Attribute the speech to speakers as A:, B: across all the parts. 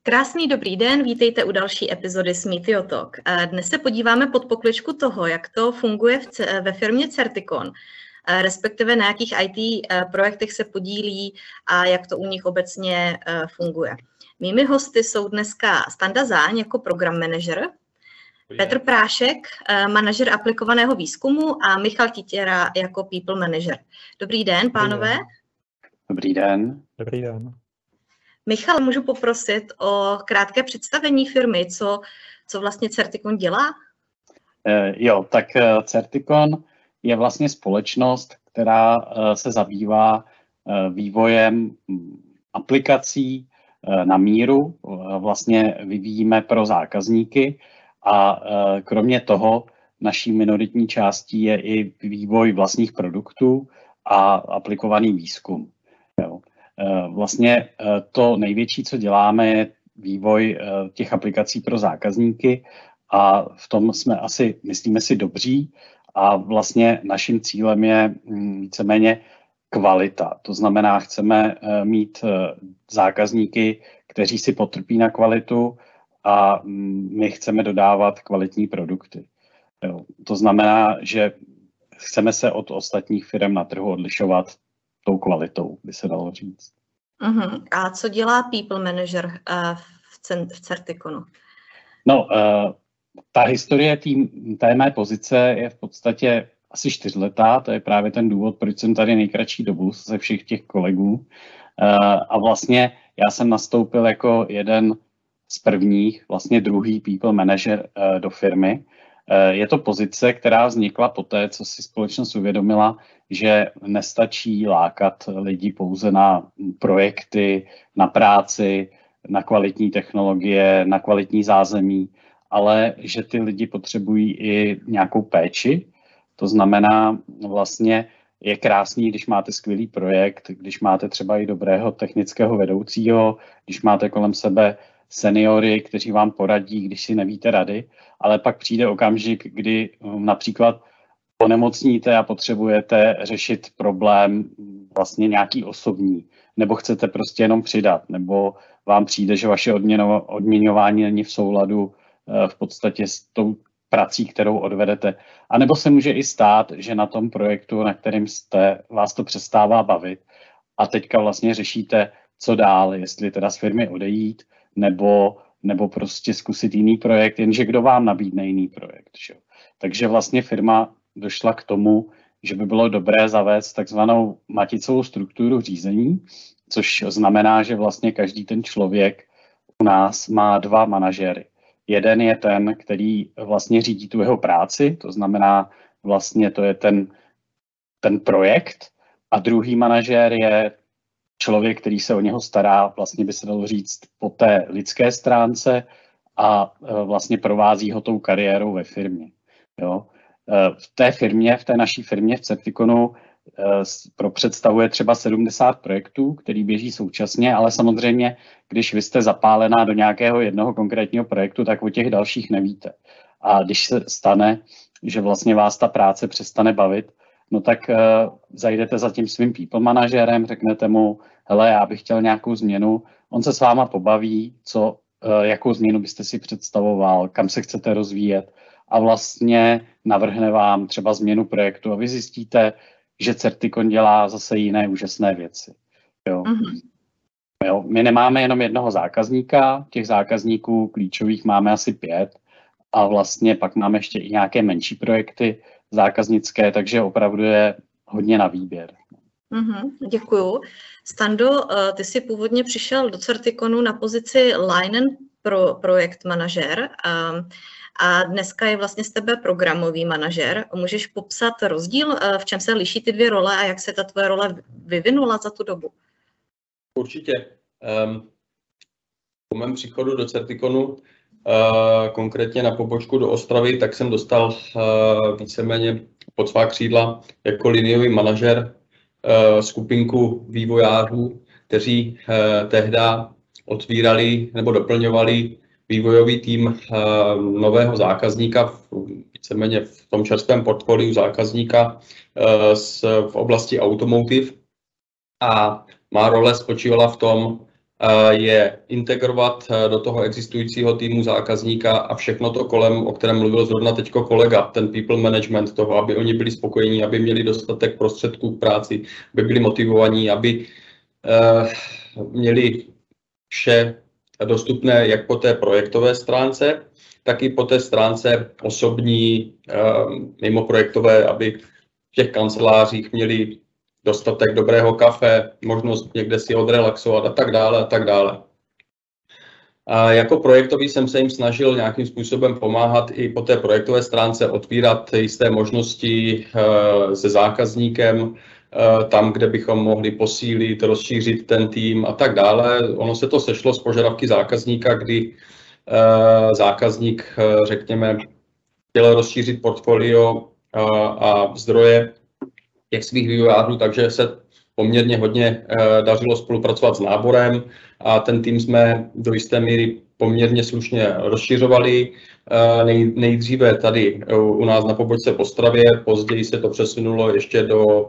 A: Krásný dobrý den, vítejte u další epizody Smithio Talk. Dnes se podíváme pod pokličku toho, jak to funguje ve firmě Certicon, respektive na jakých IT projektech se podílí a jak to u nich obecně funguje. Mými hosty jsou dneska Standa Záň jako program manager, Petr Prášek, manažer aplikovaného výzkumu a Michal Titěra jako people manager. Dobrý den, pánové.
B: Dobrý den.
C: Dobrý den.
A: Michal, můžu poprosit o krátké představení firmy, co vlastně Certicon dělá?
B: Tak Certicon je vlastně společnost, která se zabývá vývojem aplikací na míru. Vlastně vyvíjíme pro zákazníky a kromě toho naší minoritní částí je i vývoj vlastních produktů a aplikovaný výzkum. Vlastně to největší, co děláme, je vývoj těch aplikací pro zákazníky a v tom jsme asi, myslíme si, dobří a vlastně naším cílem je víceméně kvalita. To znamená, chceme mít zákazníky, kteří si potrpí na kvalitu a my chceme dodávat kvalitní produkty. To znamená, že chceme se od ostatních firm na trhu odlišovat tou kvalitou, by se dalo říct.
A: A co dělá people manager v Certiconu?
B: Ta historie té mé pozice je v podstatě asi 4letá, to je právě ten důvod, proč jsem tady nejkratší dobu ze všech těch kolegů. A vlastně já jsem nastoupil jako jeden z prvních, vlastně druhý people manager do firmy. Je to pozice, která vznikla poté, co si společnost uvědomila, že nestačí lákat lidi pouze na projekty, na práci, na kvalitní technologie, na kvalitní zázemí, ale že ty lidi potřebují i nějakou péči. To znamená, vlastně je krásný, když máte skvělý projekt, když máte třeba i dobrého technického vedoucího, když máte kolem sebe seniory, kteří vám poradí, když si nevíte rady, ale pak přijde okamžik, kdy například onemocníte a potřebujete řešit problém vlastně nějaký osobní, nebo chcete prostě jenom přidat, nebo vám přijde, že vaše odměňování není v souladu v podstatě s tou prací, kterou odvedete. A nebo se může i stát, že na tom projektu, na kterém jste, vás to přestává bavit a teďka vlastně řešíte, co dál, jestli teda z firmy odejít, nebo prostě zkusit jiný projekt, jenže kdo vám nabídne jiný projekt. Že? Takže vlastně firma došla k tomu, že by bylo dobré zavést takzvanou maticovou strukturu řízení, což znamená, že vlastně každý ten člověk u nás má dva manažery. Jeden je ten, který vlastně řídí tu jeho práci, to znamená vlastně to je ten projekt, a druhý manažer je člověk, který se o něho stará, vlastně by se dalo říct, po té lidské stránce a vlastně provází ho tou kariérou ve firmě. Jo? V té naší firmě v Certiconu představuje třeba 70 projektů, který běží současně, ale samozřejmě, když vy jste zapálená do nějakého jednoho konkrétního projektu, tak o těch dalších nevíte. A když se stane, že vlastně vás ta práce přestane bavit, no tak zajdete za tím svým people manažerem, řeknete mu, hele, já bych chtěl nějakou změnu, on se s váma pobaví, jakou změnu byste si představoval, kam se chcete rozvíjet a vlastně navrhne vám třeba změnu projektu a vy zjistíte, že Certicon dělá zase jiné úžasné věci. Jo. Jo, my nemáme jenom jednoho zákazníka, těch zákazníků klíčových máme asi 5 a vlastně pak máme ještě i nějaké menší projekty zákaznické, takže opravdu je hodně na výběr.
A: Děkuju. Stando, ty jsi původně přišel do Certiconu na pozici Line projekt manažer a dneska je vlastně z tebe programový manažer. Můžeš popsat rozdíl, v čem se liší ty dvě role a jak se ta tvoje role vyvinula za tu dobu?
C: Určitě. Po mém příchodu do Certiconu, konkrétně na pobočku do Ostravy, tak jsem dostal víceméně pod svá křídla jako liniový manažer skupinku vývojářů, kteří tehda otvírali nebo doplňovali vývojový tým nového zákazníka, víceméně v tom čerstvém portfoliu zákazníka v oblasti automotive. A má role spočívala v tom je integrovat do toho existujícího týmu zákazníka a všechno to kolem, o kterém mluvil zrovna teďko kolega, ten people management toho, aby oni byli spokojení, aby měli dostatek prostředků k práci, aby byli motivovaní, aby měli vše dostupné jak po té projektové stránce, tak i po té stránce osobní, mimo projektové, aby v těch kancelářích měli dostatek dobrého kafe, možnost někde si odrelaxovat a tak dále a tak dále. A jako projektový jsem se jim snažil nějakým způsobem pomáhat i po té projektové stránce, otvírat jisté možnosti se zákazníkem, tam, kde bychom mohli posílit, rozšířit ten tým a tak dále. Ono se to sešlo z požadavky zákazníka, kdy zákazník, řekněme, chtěl rozšířit portfolio a zdroje těch svých vývojářů, takže se poměrně hodně dařilo spolupracovat s náborem a ten tým jsme do jisté míry poměrně slušně rozšiřovali. Nejdříve tady u nás na pobočce v Ostravě, později se to přesunulo ještě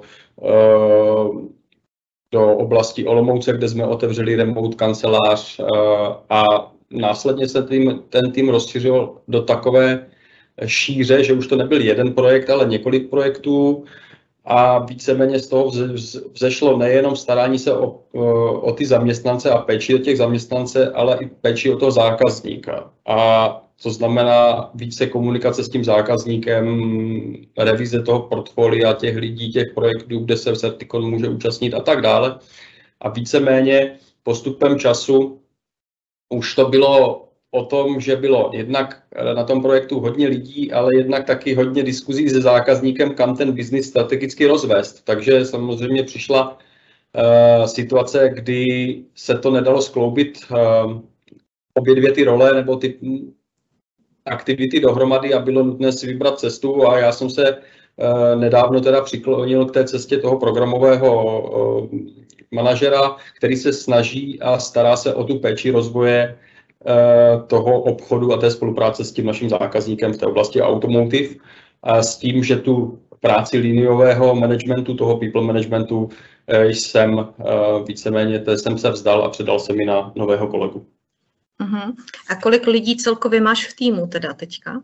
C: do oblasti Olomouce, kde jsme otevřeli remote kancelář a následně se ten tým rozšířil do takové šíře, že už to nebyl jeden projekt, ale několik projektů a víceméně z toho vzešlo nejenom starání se o ty zaměstnance a péči o těch zaměstnance, ale i péči o toho zákazníka. A to znamená více komunikace s tím zákazníkem, revize toho portfolia, těch lidí, těch projektů, kde se Certicon může účastnit a tak dále. A víceméně postupem času už to bylo o tom, že bylo jednak na tom projektu hodně lidí, ale jednak taky hodně diskuzí se zákazníkem, kam ten biznis strategicky rozvést. Takže samozřejmě přišla situace, kdy se to nedalo skloubit obě dvě ty role nebo ty aktivity dohromady a bylo nutné si vybrat cestu a já jsem se nedávno teda přiklonil k té cestě toho programového manažera, který se snaží a stará se o tu péči rozvoje toho obchodu a té spolupráce s tím naším zákazníkem v té oblasti automotive, s tím, že tu práci liniového managementu, toho people managementu jsem víceméně jsem se vzdal a předal jsem ji na nového kolegu.
A: Uh-huh. A kolik lidí celkově máš v týmu teda teďka?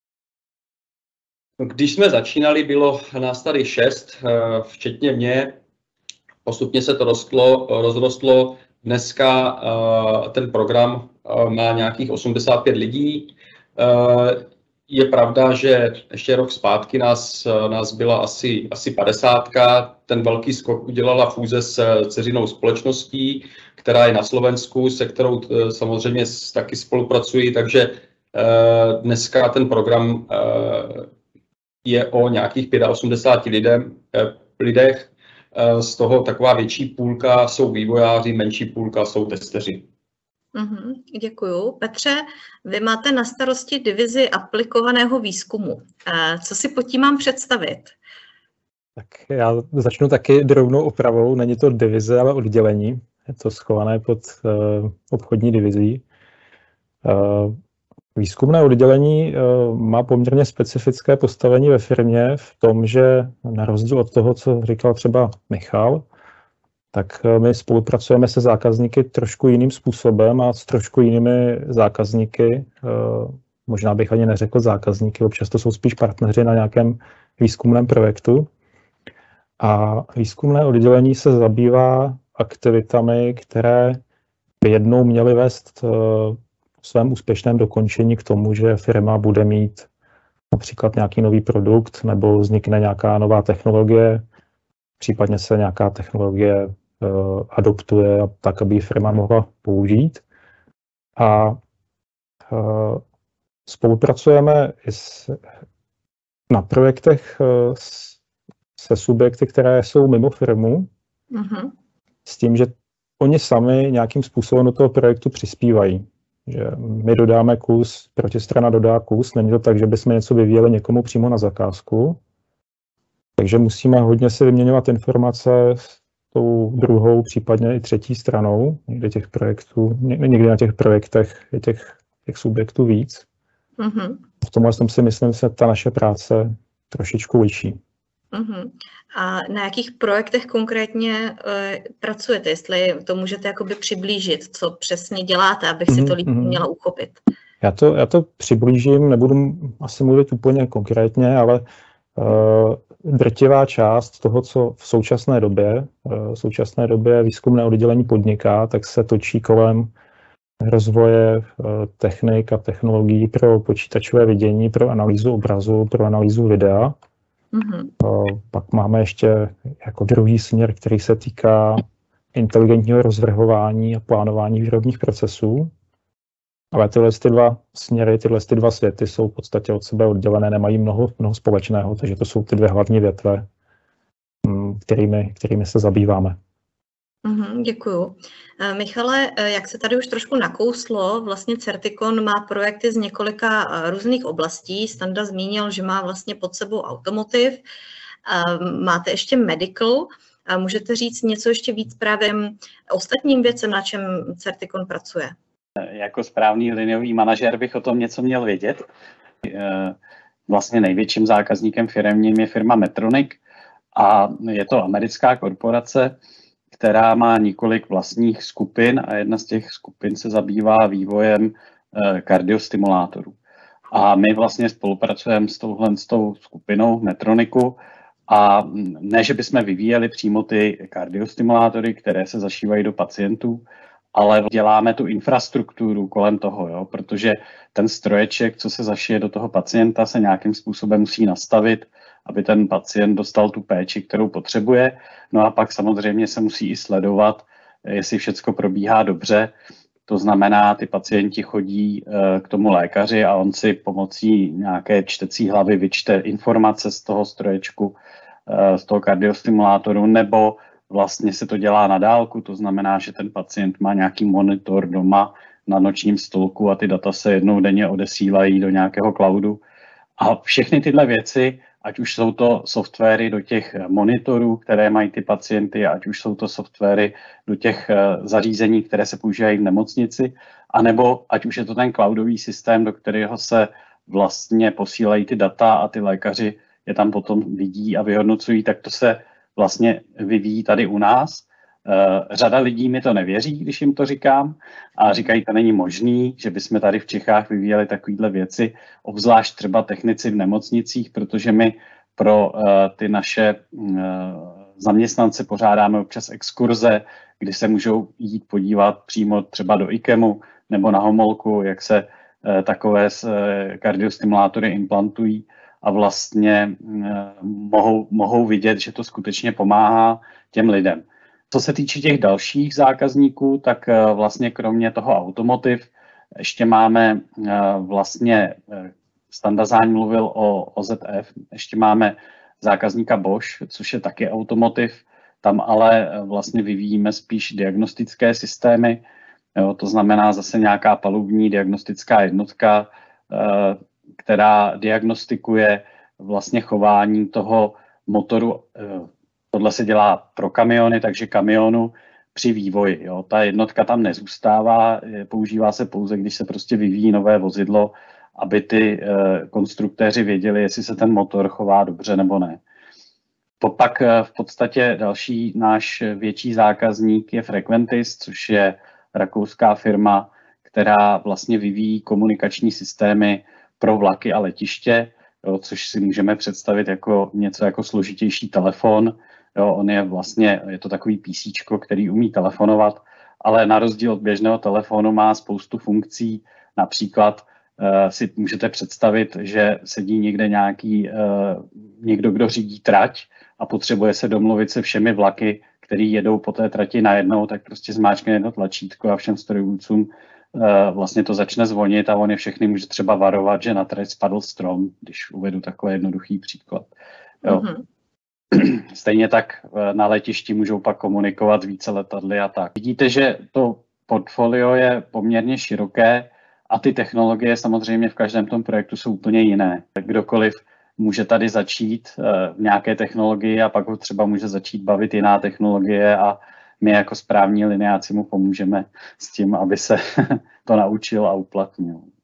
C: Když jsme začínali, bylo nás tady 6, včetně mě. Postupně se to rozrostlo. Dneska ten program má nějakých 85 lidí. Je pravda, že ještě rok zpátky nás byla asi 50. Ten velký skok udělala fúze s dceřinou společností, která je na Slovensku, se kterou samozřejmě taky spolupracují, takže dneska ten program je o nějakých 85 lidech. Z toho taková větší půlka jsou vývojáři, menší půlka jsou testeři.
A: Děkuju. Petře, vy máte na starosti divizi aplikovaného výzkumu. Co si pod tím mám představit?
D: Tak já začnu taky drobnou opravou. Není to divize, ale oddělení. Je to schované pod obchodní divizí. Výzkumné oddělení má poměrně specifické postavení ve firmě v tom, že na rozdíl od toho, co říkal třeba Michal, tak my spolupracujeme se zákazníky trošku jiným způsobem a s trošku jinými zákazníky. Možná bych ani neřekl zákazníky, občas to jsou spíš partneři na nějakém výzkumném projektu. A výzkumné oddělení se zabývá aktivitami, které by jednou měly vést v svém úspěšném dokončení k tomu, že firma bude mít například nějaký nový produkt nebo vznikne nějaká nová technologie, případně se nějaká technologie adoptuje tak, aby ji firma mohla použít. A spolupracujeme i na projektech se subjekty, které jsou mimo firmu, s tím, že oni sami nějakým způsobem do toho projektu přispívají. Že my dodáme kus, protistrana dodá kus, není to tak, že bychom něco vyvíjeli někomu přímo na zakázku. Takže musíme hodně si vyměňovat informace s tou druhou, případně i třetí stranou. Někdy na těch projektech je těch subjektů víc. V tomhle si myslím, že ta naše práce trošičku liší.
A: A na jakých projektech konkrétně pracujete? Jestli to můžete jakoby přiblížit, co přesně děláte, abych si to líp měla uchopit.
D: Já to přiblížím, nebudu asi mluvit úplně konkrétně, ale drtivá část toho, co v současné době výzkumné oddělení podniká, tak se točí kolem rozvoje technik a technologií pro počítačové vidění, pro analýzu obrazu, pro analýzu videa. Pak máme ještě jako druhý směr, který se týká inteligentního rozvrhování a plánování výrobních procesů. Ale tyhle dva směry, tyhle dva světy jsou v podstatě od sebe oddělené, nemají mnoho společného, takže to jsou ty dvě hlavní větve, kterými se zabýváme.
A: Děkuju. Michale, jak se tady už trošku nakouslo, vlastně Certicon má projekty z několika různých oblastí. Standa zmínil, že má vlastně pod sebou automotive, máte ještě medical. Můžete říct něco ještě víc právě ostatním věcem, na čem Certicon pracuje?
B: Jako správný liniový manažer bych o tom něco měl vědět. Vlastně největším zákazníkem firemním je firma Medtronic a je to americká korporace, která má několik vlastních skupin a jedna z těch skupin se zabývá vývojem kardiostimulátorů. A my vlastně spolupracujeme s tou skupinou Medtronicu a ne, že bychom vyvíjeli přímo ty kardiostimulátory, které se zašívají do pacientů, ale děláme tu infrastrukturu kolem toho, jo? Protože ten stroječek, co se zašije do toho pacienta, se nějakým způsobem musí nastavit, aby ten pacient dostal tu péči, kterou potřebuje. No a pak samozřejmě se musí i sledovat, jestli všechno probíhá dobře. To znamená, ty pacienti chodí k tomu lékaři a on si pomocí nějaké čtecí hlavy vyčte informace z toho stroječku, z toho kardiostimulátoru, nebo vlastně se to dělá na dálku, to znamená, že ten pacient má nějaký monitor doma na nočním stolku a ty data se jednou denně odesílají do nějakého cloudu. A všechny tyhle věci, ať už jsou to softwary do těch monitorů, které mají ty pacienty, ať už jsou to softwary do těch zařízení, které se používají v nemocnici, anebo ať už je to ten cloudový systém, do kterého se vlastně posílají ty data a ty lékaři je tam potom vidí a vyhodnocují, tak to se vlastně vyvíjí tady u nás. Řada lidí mi to nevěří, když jim to říkám a říkají, to není možný, že bychom tady v Čechách vyvíjeli takovéhle věci, obzvlášť třeba technici v nemocnicích, protože my pro ty naše zaměstnance pořádáme občas exkurze, kdy se můžou jít podívat přímo třeba do IKEMu nebo na Homolku, jak se takové kardiostimulátory implantují a vlastně mohou vidět, že to skutečně pomáhá těm lidem. Co se týče těch dalších zákazníků, tak vlastně kromě toho automotive ještě máme vlastně, Standa záň mluvil o OZF, ještě máme zákazníka Bosch, což je taky automotive, tam ale vlastně vyvíjíme spíš diagnostické systémy, jo, to znamená zase nějaká palubní diagnostická jednotka, která diagnostikuje vlastně chování toho motoru. Tohle se dělá pro kamiony, takže kamionu při vývoji. Jo. Ta jednotka tam nezůstává, používá se pouze, když se prostě vyvíjí nové vozidlo, aby ty konstruktéři věděli, jestli se ten motor chová dobře nebo ne. Pak v podstatě další náš větší zákazník je Frequentis, což je rakouská firma, která vlastně vyvíjí komunikační systémy pro vlaky a letiště, jo, což si můžeme představit jako něco jako složitější telefon. Jo, je to takový PCčko, který umí telefonovat, ale na rozdíl od běžného telefonu má spoustu funkcí. Například si můžete představit, že sedí někde někdo, kdo řídí trať a potřebuje se domluvit se všemi vlaky, které jedou po té trati najednou, tak prostě zmáčkne jedno tlačítko a všem strojvůdcům vlastně to začne zvonit a on je všechny může třeba varovat, že na trať spadl strom, když uvedu takový jednoduchý příklad. Jo. Stejně tak na letišti můžou pak komunikovat s více letadly a tak. Vidíte, že to portfolio je poměrně široké a ty technologie samozřejmě v každém tom projektu jsou úplně jiné. Kdokoliv může tady začít v nějaké technologii a pak ho třeba může začít bavit jiná technologie a my jako správní lineáci mu pomůžeme s tím, aby se to naučil a uplatnil.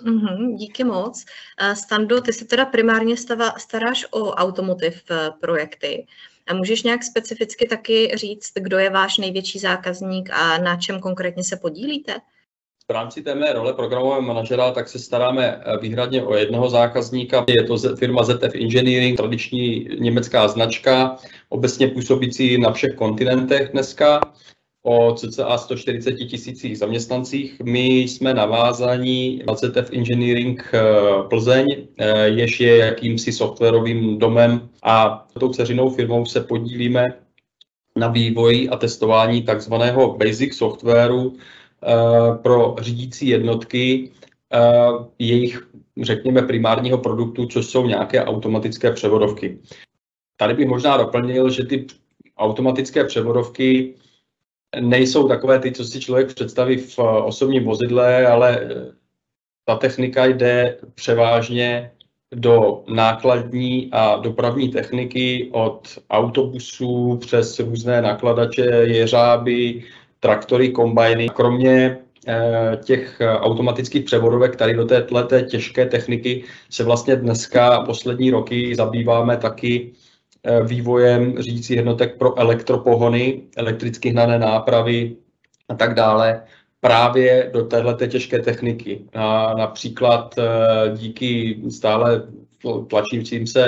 A: Díky moc. Stando, ty se teda primárně staráš o automotive projekty. A můžeš nějak specificky taky říct, kdo je váš největší zákazník a na čem konkrétně se podílíte?
C: V rámci té mé role programového manažera tak se staráme výhradně o jednoho zákazníka. Je to firma ZF Engineering, tradiční německá značka, obecně působící na všech kontinentech dneska, o cca 140 000 zaměstnancích. My jsme navázaní na ZF Engineering Plzeň, jež je jakýmsi softwarovým domem, a tou dceřinou firmou se podílíme na vývoji a testování takzvaného basic softwaru pro řídící jednotky jejich, řekněme, primárního produktu, což jsou nějaké automatické převodovky. Tady bych možná doplnil, že ty automatické převodovky nejsou takové ty, co si člověk představí v osobním vozidle, ale ta technika jde převážně do nákladní a dopravní techniky, od autobusů přes různé nakladače, jeřáby, traktory, kombajny. Kromě těch automatických převodovek tady do této těžké techniky se vlastně dneska poslední roky zabýváme taky vývojem řídících jednotek pro elektropohony, elektricky hnané nápravy a tak dále, právě do téhleté těžké techniky. A například díky stále tlačícím se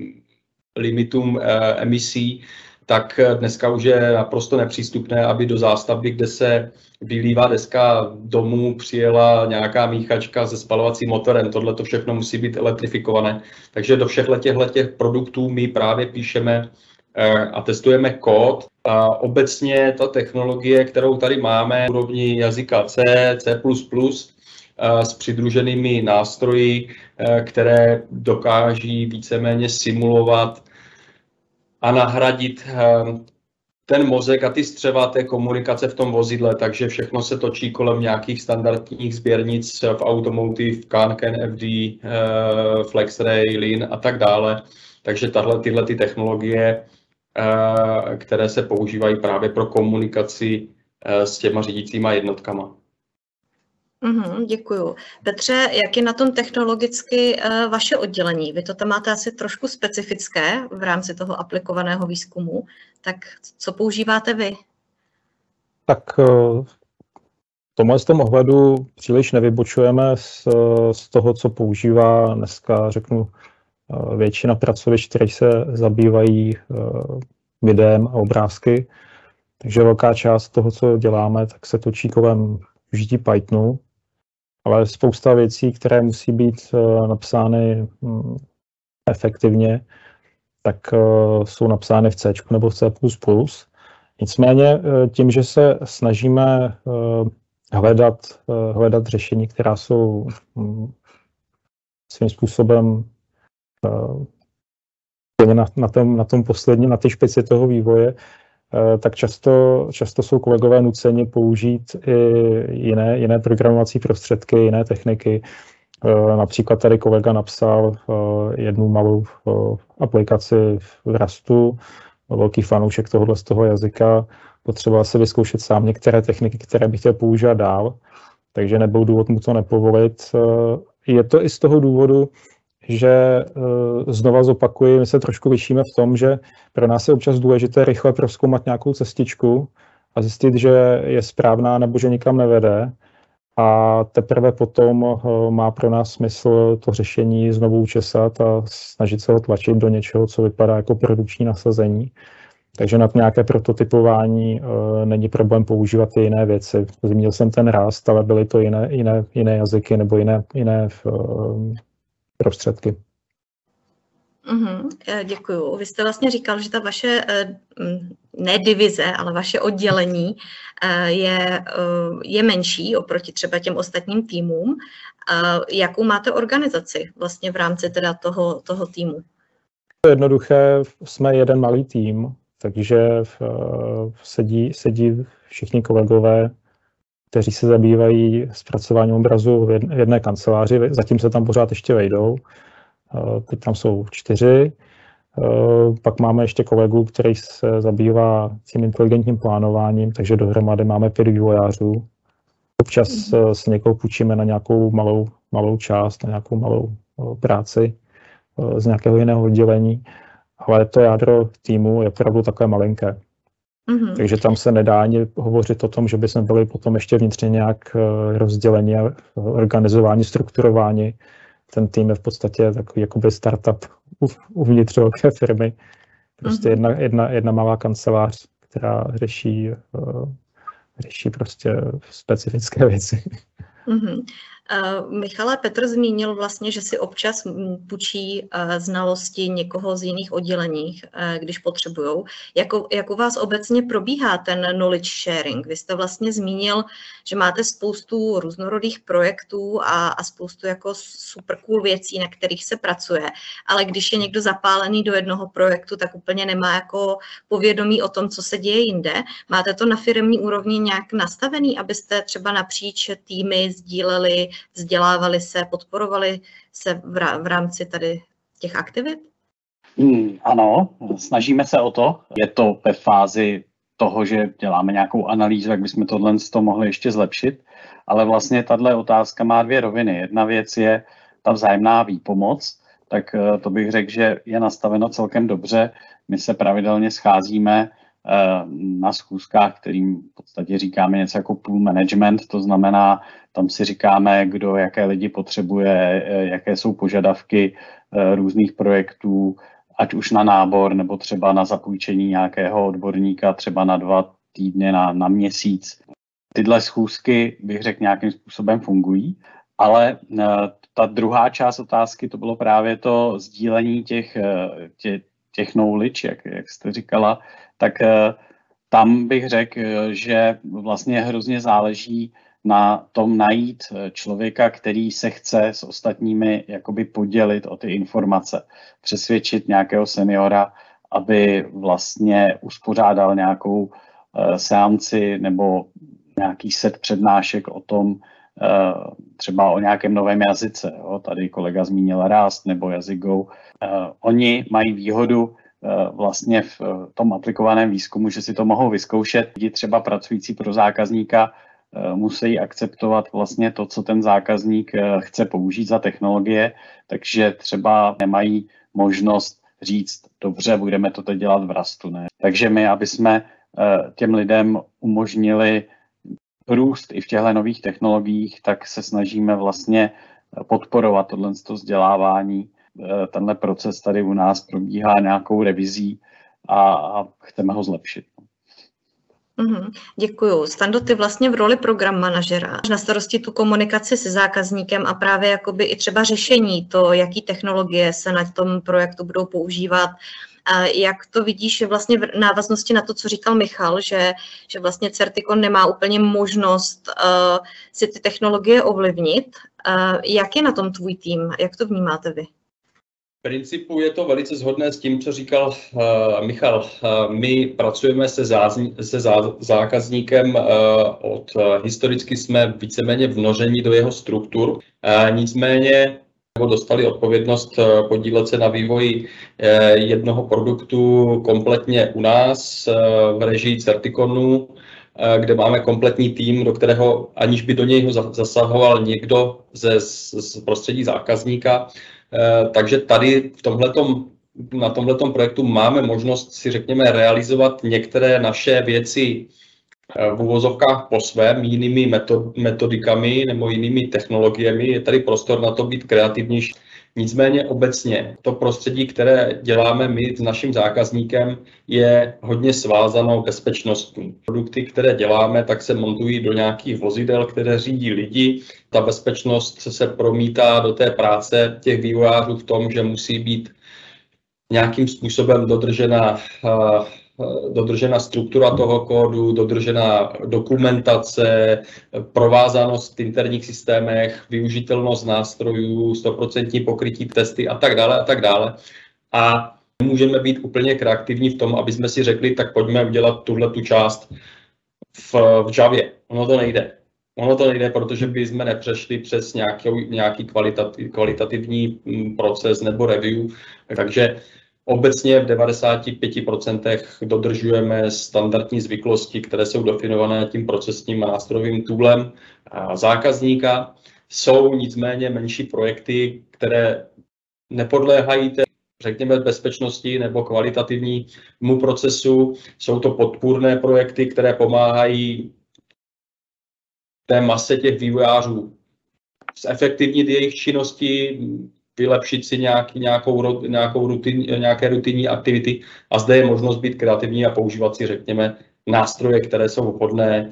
C: limitům emisí, tak dneska už je naprosto nepřístupné, aby do zástavby, kde se vylívá deska domů, přijela nějaká míchačka se spalovacím motorem. Tohle to všechno musí být elektrifikované. Takže do všech těch produktů my právě píšeme a testujeme kód. A obecně ta technologie, kterou tady máme, v úrovni jazyka C, C++, s přidruženými nástroji, které dokáží víceméně simulovat a nahradit ten mozek a ty střeva té komunikace v tom vozidle, takže všechno se točí kolem nějakých standardních sběrnic v automotive, CAN, FD, FlexRay, Lean a tak dále. Takže tyhle technologie, které se používají právě pro komunikaci s těma řídícíma jednotkama.
A: Děkuju. Petře, jak je na tom technologicky vaše oddělení? Vy to tam máte asi trošku specifické v rámci toho aplikovaného výzkumu, tak co používáte vy?
D: Tak v tomhle z tom ohledu příliš nevybočujeme z toho, co používá dneska, řeknu, většina pracovišť, které se zabývají videem a obrázky. Takže velká část toho, co děláme, tak se točí kolem užití Pythonu, ale spousta věcí, které musí být napsány efektivně, tak jsou napsány v C nebo v C++. Nicméně tím, že se snažíme hledat řešení, která jsou svým způsobem na tom posledním, na té špici toho vývoje, tak často jsou kolegové nuceni použít i jiné programovací prostředky, jiné techniky. Například tady kolega napsal jednu malou aplikaci v Rustu, velký fanoušek z toho jazyka, potřeboval se vyzkoušet sám některé techniky, které bych chtěl používat dál, takže nebyl důvod mu to nepovolit. Je to i z toho důvodu, že znova zopakuji, my se trošku lišíme v tom, že pro nás je občas důležité rychle prozkoumat nějakou cestičku a zjistit, že je správná nebo že nikam nevede. A teprve potom má pro nás smysl to řešení znovu učesat a snažit se ho tlačit do něčeho, co vypadá jako produkční nasazení. Takže na nějaké prototypování není problém používat i jiné věci. Zmínil jsem ten Rust, ale byly to jiné jazyky nebo jiné prostředky.
A: Děkuju. Vy jste vlastně říkal, že ta vaše, ne divize, ale vaše oddělení je menší oproti třeba těm ostatním týmům. Jakou máte organizaci vlastně v rámci teda toho týmu?
D: To je jednoduché, jsme jeden malý tým, takže sedí všichni kolegové, kteří se zabývají zpracováním obrazu v jedné kanceláři, zatím se tam pořád ještě vejdou. Teď tam jsou 4. Pak máme ještě kolegu, který se zabývá tím inteligentním plánováním, takže dohromady máme 5 vývojářů. Občas se někoho půjčíme na nějakou malou malou část, na nějakou malou práci z nějakého jiného oddělení, ale to jádro týmu je opravdu takové malinké. Mm-hmm. Takže tam se nedá ani hovořit o tom, že by jsme byli potom ještě vnitřně nějak rozděleni a organizováni, strukturováni. Ten tým je v podstatě takový jakoby startup uvnitř velké firmy. Prostě jedna malá kancelář, která řeší prostě specifické věci.
A: Mm-hmm. Michale, Petr zmínil vlastně, že si občas půjčí znalosti někoho z jiných oddělení, když potřebujou. Jak u vás obecně probíhá ten knowledge sharing? Vy jste vlastně zmínil, že máte spoustu různorodých projektů a spoustu jako super cool věcí, na kterých se pracuje, ale když je někdo zapálený do jednoho projektu, tak úplně nemá jako povědomí o tom, co se děje jinde. Máte to na firemní úrovni nějak nastavený, abyste třeba napříč týmy sdíleli, vzdělávali se, podporovali se v rámci tady těch aktivit?
B: Ano, snažíme se o to. Je to ve fázi toho, že děláme nějakou analýzu, jak bychom tohle mohli ještě zlepšit, ale vlastně tato otázka má dvě roviny. Jedna věc je ta vzájemná výpomoc, tak to bych řekl, že je nastaveno celkem dobře. My se pravidelně scházíme na schůzkách, kterým v podstatě říkáme něco jako pool management, to znamená, tam si říkáme, kdo jaké lidi potřebuje, jaké jsou požadavky různých projektů, ať už na nábor, nebo třeba na zapůjčení nějakého odborníka, třeba na 2 týdny, na měsíc. Tyhle schůzky, bych řekl, nějakým způsobem fungují, ale ta druhá část otázky, to bylo právě to sdílení těch knowledge, jak jste říkala, tak tam bych řekl, že vlastně hrozně záleží na tom najít člověka, který se chce s ostatními jakoby podělit o ty informace, přesvědčit nějakého seniora, aby vlastně uspořádal nějakou seanci nebo nějaký set přednášek o tom, třeba o nějakém novém jazyce. Jo? Tady kolega zmínil Rust nebo jazyk Go. Oni mají výhodu vlastně v tom aplikovaném výzkumu, že si to mohou vyzkoušet. Lidi třeba pracující pro zákazníka musí akceptovat vlastně to, co ten zákazník chce použít za technologie, takže třeba nemají možnost říct, dobře, budeme to teď dělat v Rustu. Ne? Takže my, aby jsme těm lidem umožnili růst i v těchto nových technologiích, tak se snažíme vlastně podporovat tohle vzdělávání. Tenhle proces tady u nás probíhá nějakou revizí a chceme ho zlepšit.
A: Děkuju. Stando, ty vlastně v roli program manažera máš na starosti tu komunikaci se zákazníkem a právě jakoby i třeba řešení to, jaký technologie se na tom projektu budou používat. A jak to vidíš vlastně v návaznosti na to, co říkal Michal, že vlastně Certicon nemá úplně možnost si ty technologie ovlivnit. Jak je na tom tvůj tým? Jak to vnímáte vy?
C: V principu je to velice shodné s tím, co říkal Michal. My pracujeme se zákazníkem historicky jsme víceméně vnořeni do jeho struktur. Nicméně dostali odpovědnost podílet se na vývoji jednoho produktu kompletně u nás v režii Certiconu, kde máme kompletní tým, do kterého, aniž by do něj zasahoval někdo z prostředí zákazníka. Takže tady na tomhletom projektu máme možnost si, řekněme, realizovat některé naše věci v uvozovkách po svém, jinými metodikami nebo jinými technologiemi. Je tady prostor na to být kreativnější. Nicméně obecně to prostředí, které děláme my s naším zákazníkem, je hodně svázáno bezpečnostní. Produkty, které děláme, tak se montují do nějakých vozidel, které řídí lidi. Ta bezpečnost se promítá do té práce těch vývojářů v tom, že musí být nějakým způsobem dodržena struktura toho kódu, dodržena dokumentace, provázanost v interních systémech, využitelnost nástrojů, 100% pokrytí testy a tak dále a tak dále. A můžeme být úplně kreativní v tom, aby jsme si řekli, tak pojďme udělat tuhletu část v Javě. Ono to nejde, protože by jsme nepřešli přes nějaký kvalitativní proces nebo review. Takže obecně v 95% dodržujeme standardní zvyklosti, které jsou definované tím procesním a nástrojovým toolem zákazníka. Jsou nicméně menší projekty, které nepodléhají té, řekněme, bezpečnosti nebo kvalitativnímu procesu. Jsou to podpůrné projekty, které pomáhají té mase těch vývojářů zefektivnit jejich činnosti, vylepšit si nějaké rutinní aktivity a zde je možnost být kreativní a používat si, řekněme, nástroje, které jsou vhodné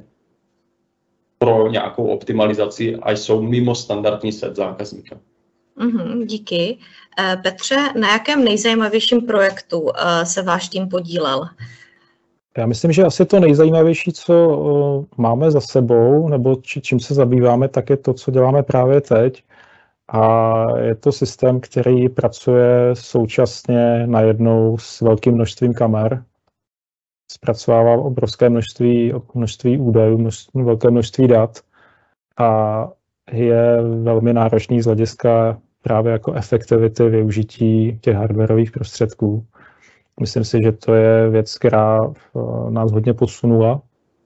C: pro nějakou optimalizaci a jsou mimo standardní set zákazníka.
A: Díky. Petře, na jakém nejzajímavějším projektu se váš tým podílel?
D: Já myslím, že asi to nejzajímavější, co máme za sebou, nebo čím se zabýváme, tak je to, co děláme právě teď. A je to systém, který pracuje současně najednou s velkým množstvím kamer. Zpracovává obrovské množství údajů, velké množství dat a je velmi náročný z hlediska právě jako efektivity využití těch hardwarových prostředků. Myslím si, že to je věc, která nás hodně posunula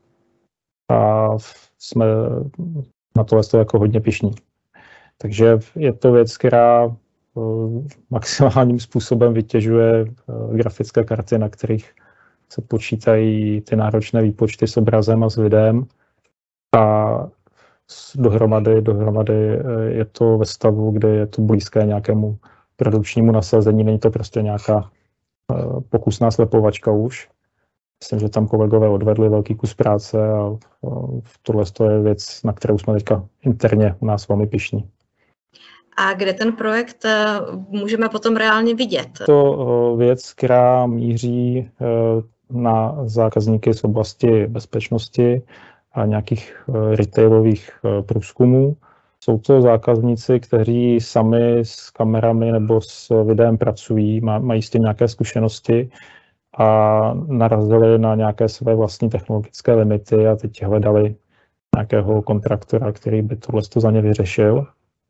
D: a jsme na tohle jako hodně pyšní. Takže je to věc, která maximálním způsobem vytěžuje grafické karty, na kterých se počítají ty náročné výpočty s obrazem a s videem. A dohromady je to ve stavu, kde je to blízké nějakému produkčnímu nasazení. Není to prostě nějaká pokusná slepovačka už. Myslím, že tam kolegové odvedli velký kus práce a tohle je věc, na kterou jsme teďka interně u nás velmi pyšní.
A: A kde ten projekt můžeme potom reálně vidět?
D: To věc, která míří na zákazníky z oblasti bezpečnosti a nějakých retailových průzkumů. Jsou to zákazníci, kteří sami s kamerami nebo s videem pracují, mají s tím nějaké zkušenosti a narazili na nějaké své vlastní technologické limity a teď hledali nějakého kontraktora, který by tohle za ně vyřešil.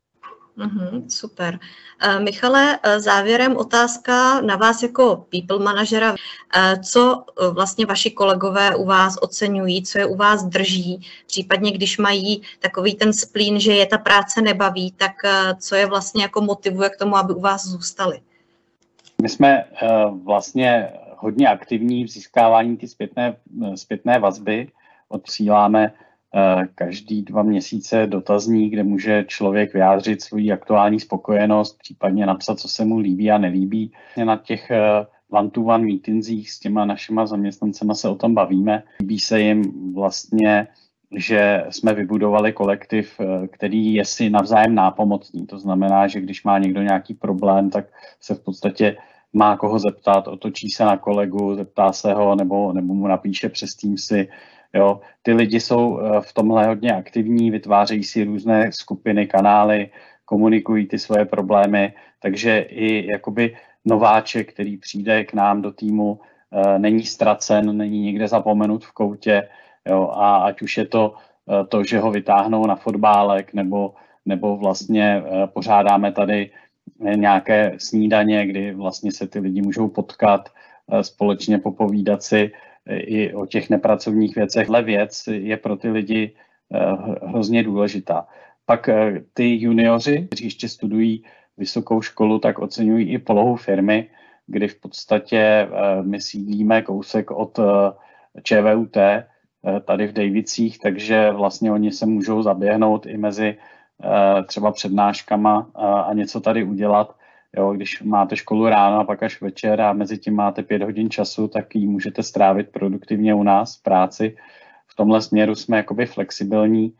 A: Super. Michale, závěrem otázka na vás jako people manažera. Co vlastně vaši kolegové u vás oceňují, co je u vás drží, případně když mají takový ten splín, že je ta práce nebaví, tak co je vlastně jako motivuje k tomu, aby u vás zůstali?
B: My jsme vlastně hodně aktivní v získávání ty zpětné vazby. Odsíláme každý 2 měsíce dotazník, kde může člověk vyjádřit svou aktuální spokojenost, případně napsat, co se mu líbí a nelíbí. Na těch one-to-one meetingsích s těma našima zaměstnancema se o tom bavíme. Líbí se jim vlastně, že jsme vybudovali kolektiv, který je si navzájem nápomocný. To znamená, že když má někdo nějaký problém, tak se v podstatě má koho zeptat, otočí se na kolegu, zeptá se ho nebo mu napíše přes Teamsy. Jo, ty lidi jsou v tomhle hodně aktivní, vytvářejí si různé skupiny, kanály, komunikují ty svoje problémy, takže i jakoby nováček, který přijde k nám do týmu, není ztracen, není někde zapomenut v koutě, jo, a ať už je to, že ho vytáhnou na fotbálek, nebo vlastně pořádáme tady nějaké snídaně, kdy vlastně se ty lidi můžou potkat, společně popovídat si i o těch nepracovních věcech. Tahle věc je pro ty lidi hrozně důležitá. Pak ty junioři, kteří ještě studují vysokou školu, tak oceňují i polohu firmy, kdy v podstatě my sídlíme kousek od ČVUT tady v Dejvicích, takže vlastně oni se můžou zaběhnout i mezi třeba přednáškama a něco tady udělat. Jo, když máte školu ráno a pak až večer a mezi tím máte 5 hodin času, tak ji můžete strávit produktivně u nás v práci. V tomhle směru jsme jakoby flexibilní.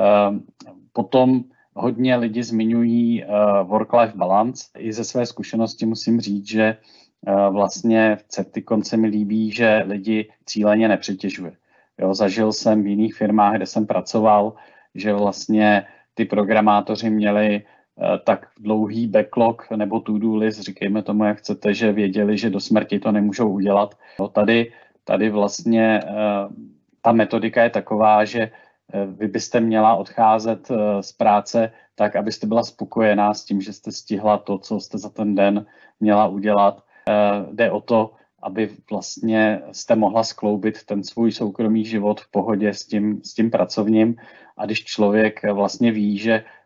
B: Potom hodně lidi zmiňují work-life balance. I ze své zkušenosti musím říct, že vlastně v Certicon se mi líbí, že lidi cíleně nepřetěžuje. Jo, zažil jsem v jiných firmách, kde jsem pracoval, že vlastně ty programátoři měli tak dlouhý backlog nebo to-do list, říkejme tomu, jak chcete, že věděli, že do smrti to nemůžou udělat. No, tady vlastně ta metodika je taková, že vy byste měla odcházet z práce tak, abyste byla spokojená s tím, že jste stihla to, co jste za ten den měla udělat. Jde o to, aby vlastně jste mohla skloubit ten svůj soukromý život v pohodě s tím pracovním. A když člověk vlastně ví, že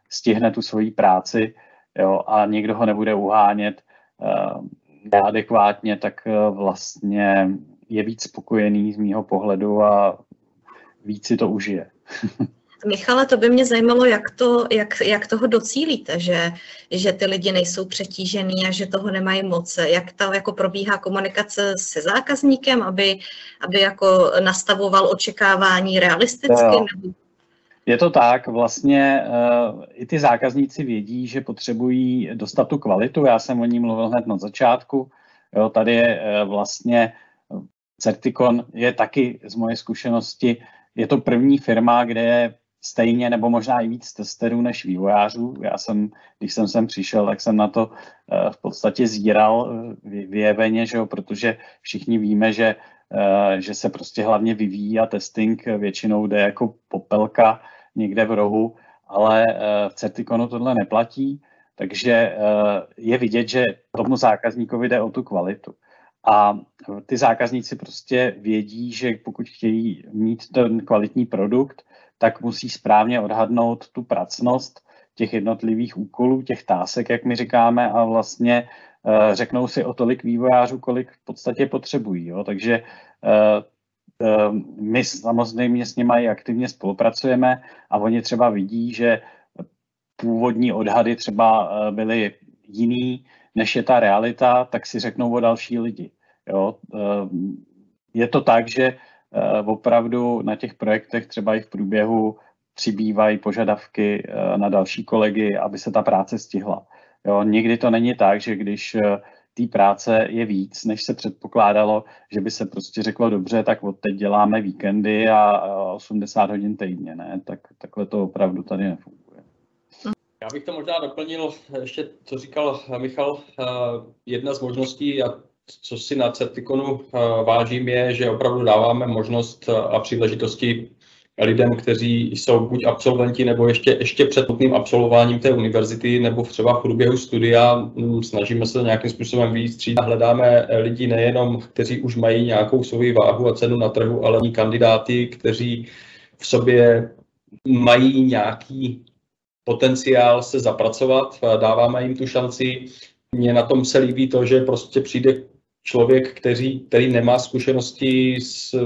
B: stihne tu svoji práci, jo, a někdo ho nebude uhánět neadekvátně, tak vlastně je víc spokojený z mýho pohledu a víc si to užije.
A: Michale, to by mě zajímalo, jak toho docílíte, že ty lidi nejsou přetížený a že toho nemají moc. Jak to jako probíhá komunikace se zákazníkem, aby jako nastavoval očekávání realisticky?
B: Je to tak, vlastně i ty zákazníci vědí, že potřebují dostat tu kvalitu. Já jsem o ní mluvil hned na začátku. Jo, tady je vlastně Certicon je taky z moje zkušenosti, je to první firma, kde je stejně nebo možná i víc testerů než vývojářů. Když jsem sem přišel, tak jsem na to v podstatě zíral vyjeveně, že jo, protože všichni víme, že se prostě hlavně vyvíjí a testing většinou jde jako popelka někde v rohu, ale v Certiconu tohle neplatí, takže je vidět, že tomu zákazníkovi jde o tu kvalitu. A ty zákazníci prostě vědí, že pokud chtějí mít ten kvalitní produkt, tak musí správně odhadnout tu pracnost těch jednotlivých úkolů, těch tásek, jak my říkáme, a vlastně řeknou si o tolik vývojářů, kolik v podstatě potřebují. Jo? Takže my samozřejmě s nimi i aktivně spolupracujeme a oni třeba vidí, že původní odhady třeba byly jiný, než je ta realita, tak si řeknou o další lidi. Jo? Je to tak, že opravdu na těch projektech třeba i v průběhu přibývají požadavky na další kolegy, aby se ta práce stihla. Jo? Nikdy to není tak, že když té práce je víc, než se předpokládalo, že by se prostě řeklo dobře, tak od teď děláme víkendy a 80 hodin týdně. Ne? Takhle to opravdu tady nefunguje.
C: Já bych to možná doplnil ještě, co říkal Michal. Jedna z možností, a co si na Certiconu vážím, je, že opravdu dáváme možnost a příležitosti lidem, kteří jsou buď absolventi, nebo ještě před nutným absolvováním té univerzity, nebo třeba v průběhu studia. Snažíme se nějakým způsobem vystřídat. Hledáme lidi nejenom, kteří už mají nějakou svou váhu a cenu na trhu, ale i kandidáty, kteří v sobě mají nějaký potenciál se zapracovat. Dáváme jim tu šanci. Mně na tom se líbí to, že prostě přijde člověk, který nemá zkušenosti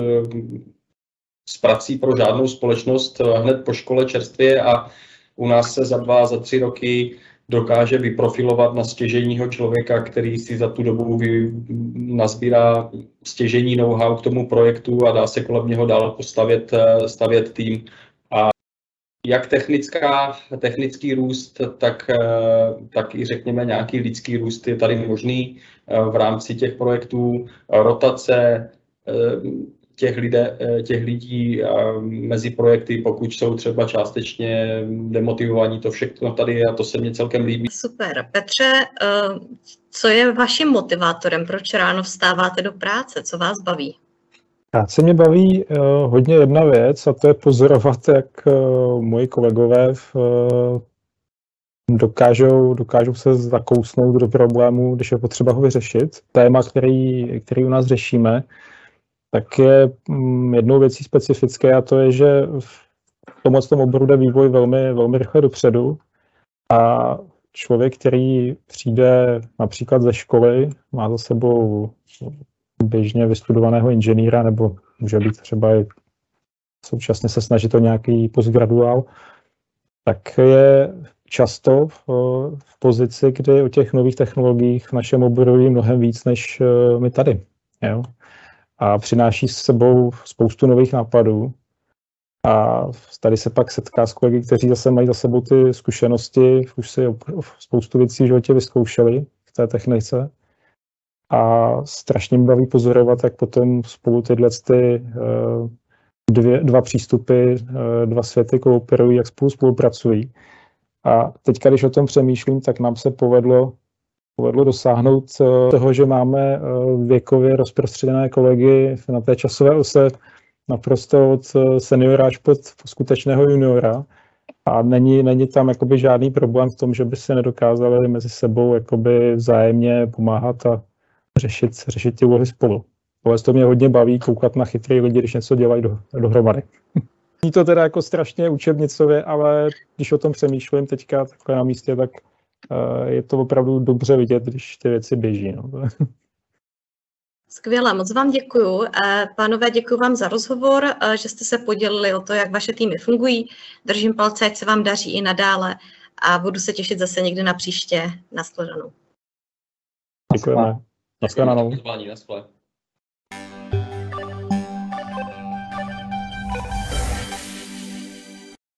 C: s prací pro žádnou společnost hned po škole čerstvě a u nás se za 2, za 3 roky dokáže vyprofilovat na stěžejního člověka, který si za tu dobu nazbírá stěžejní know-how k tomu projektu a dá se kolem něho dál stavět tým. A jak technický růst, tak i řekněme nějaký lidský růst je tady možný v rámci těch projektů, rotace těch lidí mezi projekty, pokud jsou třeba částečně demotivovaní, to všechno tady je a to se mně celkem líbí.
A: Super. Petře, co je vaším motivátorem? Proč ráno vstáváte do práce? Co vás baví?
D: Práce mě baví hodně jedna věc a to je pozorovat, jak moji kolegové dokážou se zakousnout do problému, když je potřeba ho vyřešit. Téma, který u nás řešíme, tak je jednou věcí specifické a to je, že v tom oboru jde vývoj velmi, velmi rychle dopředu a člověk, který přijde například ze školy, má za sebou běžně vystudovaného inženýra nebo může být třeba i současně se snažit o nějaký postgraduál, tak je často v pozici, kdy o těch nových technologiích v našem oboru je mnohem víc než my tady. Jo? A přináší s sebou spoustu nových nápadů. A tady se pak setká s kolegy, kteří zase mají za sebou ty zkušenosti, už si spoustu věcí v životě vyzkoušeli v té technice. A strašně mě baví pozorovat, jak potom spolu tyhle dva přístupy, dva světy kooperují, jak spolupracují. A teďka, když o tom přemýšlím, tak nám se povedlo dosáhnout toho, že máme věkově rozprostředěné kolegy na té časové ose naprosto od seniora až po skutečného juniora. A není tam jakoby žádný problém v tom, že by se nedokázali mezi sebou jakoby vzájemně pomáhat a řešit ty úlohy spolu. To mě hodně baví koukat na chytrý lidi, když něco dělají dohromady. Zní to teda jako strašně učebnicově, ale když o tom přemýšlím teďka takhle na místě, tak je to opravdu dobře vidět, když ty věci běží. No.
A: Skvěle, moc vám děkuju. Pánové, děkuji vám za rozhovor, že jste se podělili o to, jak vaše týmy fungují. Držím palce, ať se vám daří i nadále a budu se těšit zase někdy na příště. Nashledanou.
D: Děkujeme. Nashledanou.
C: Děkujeme.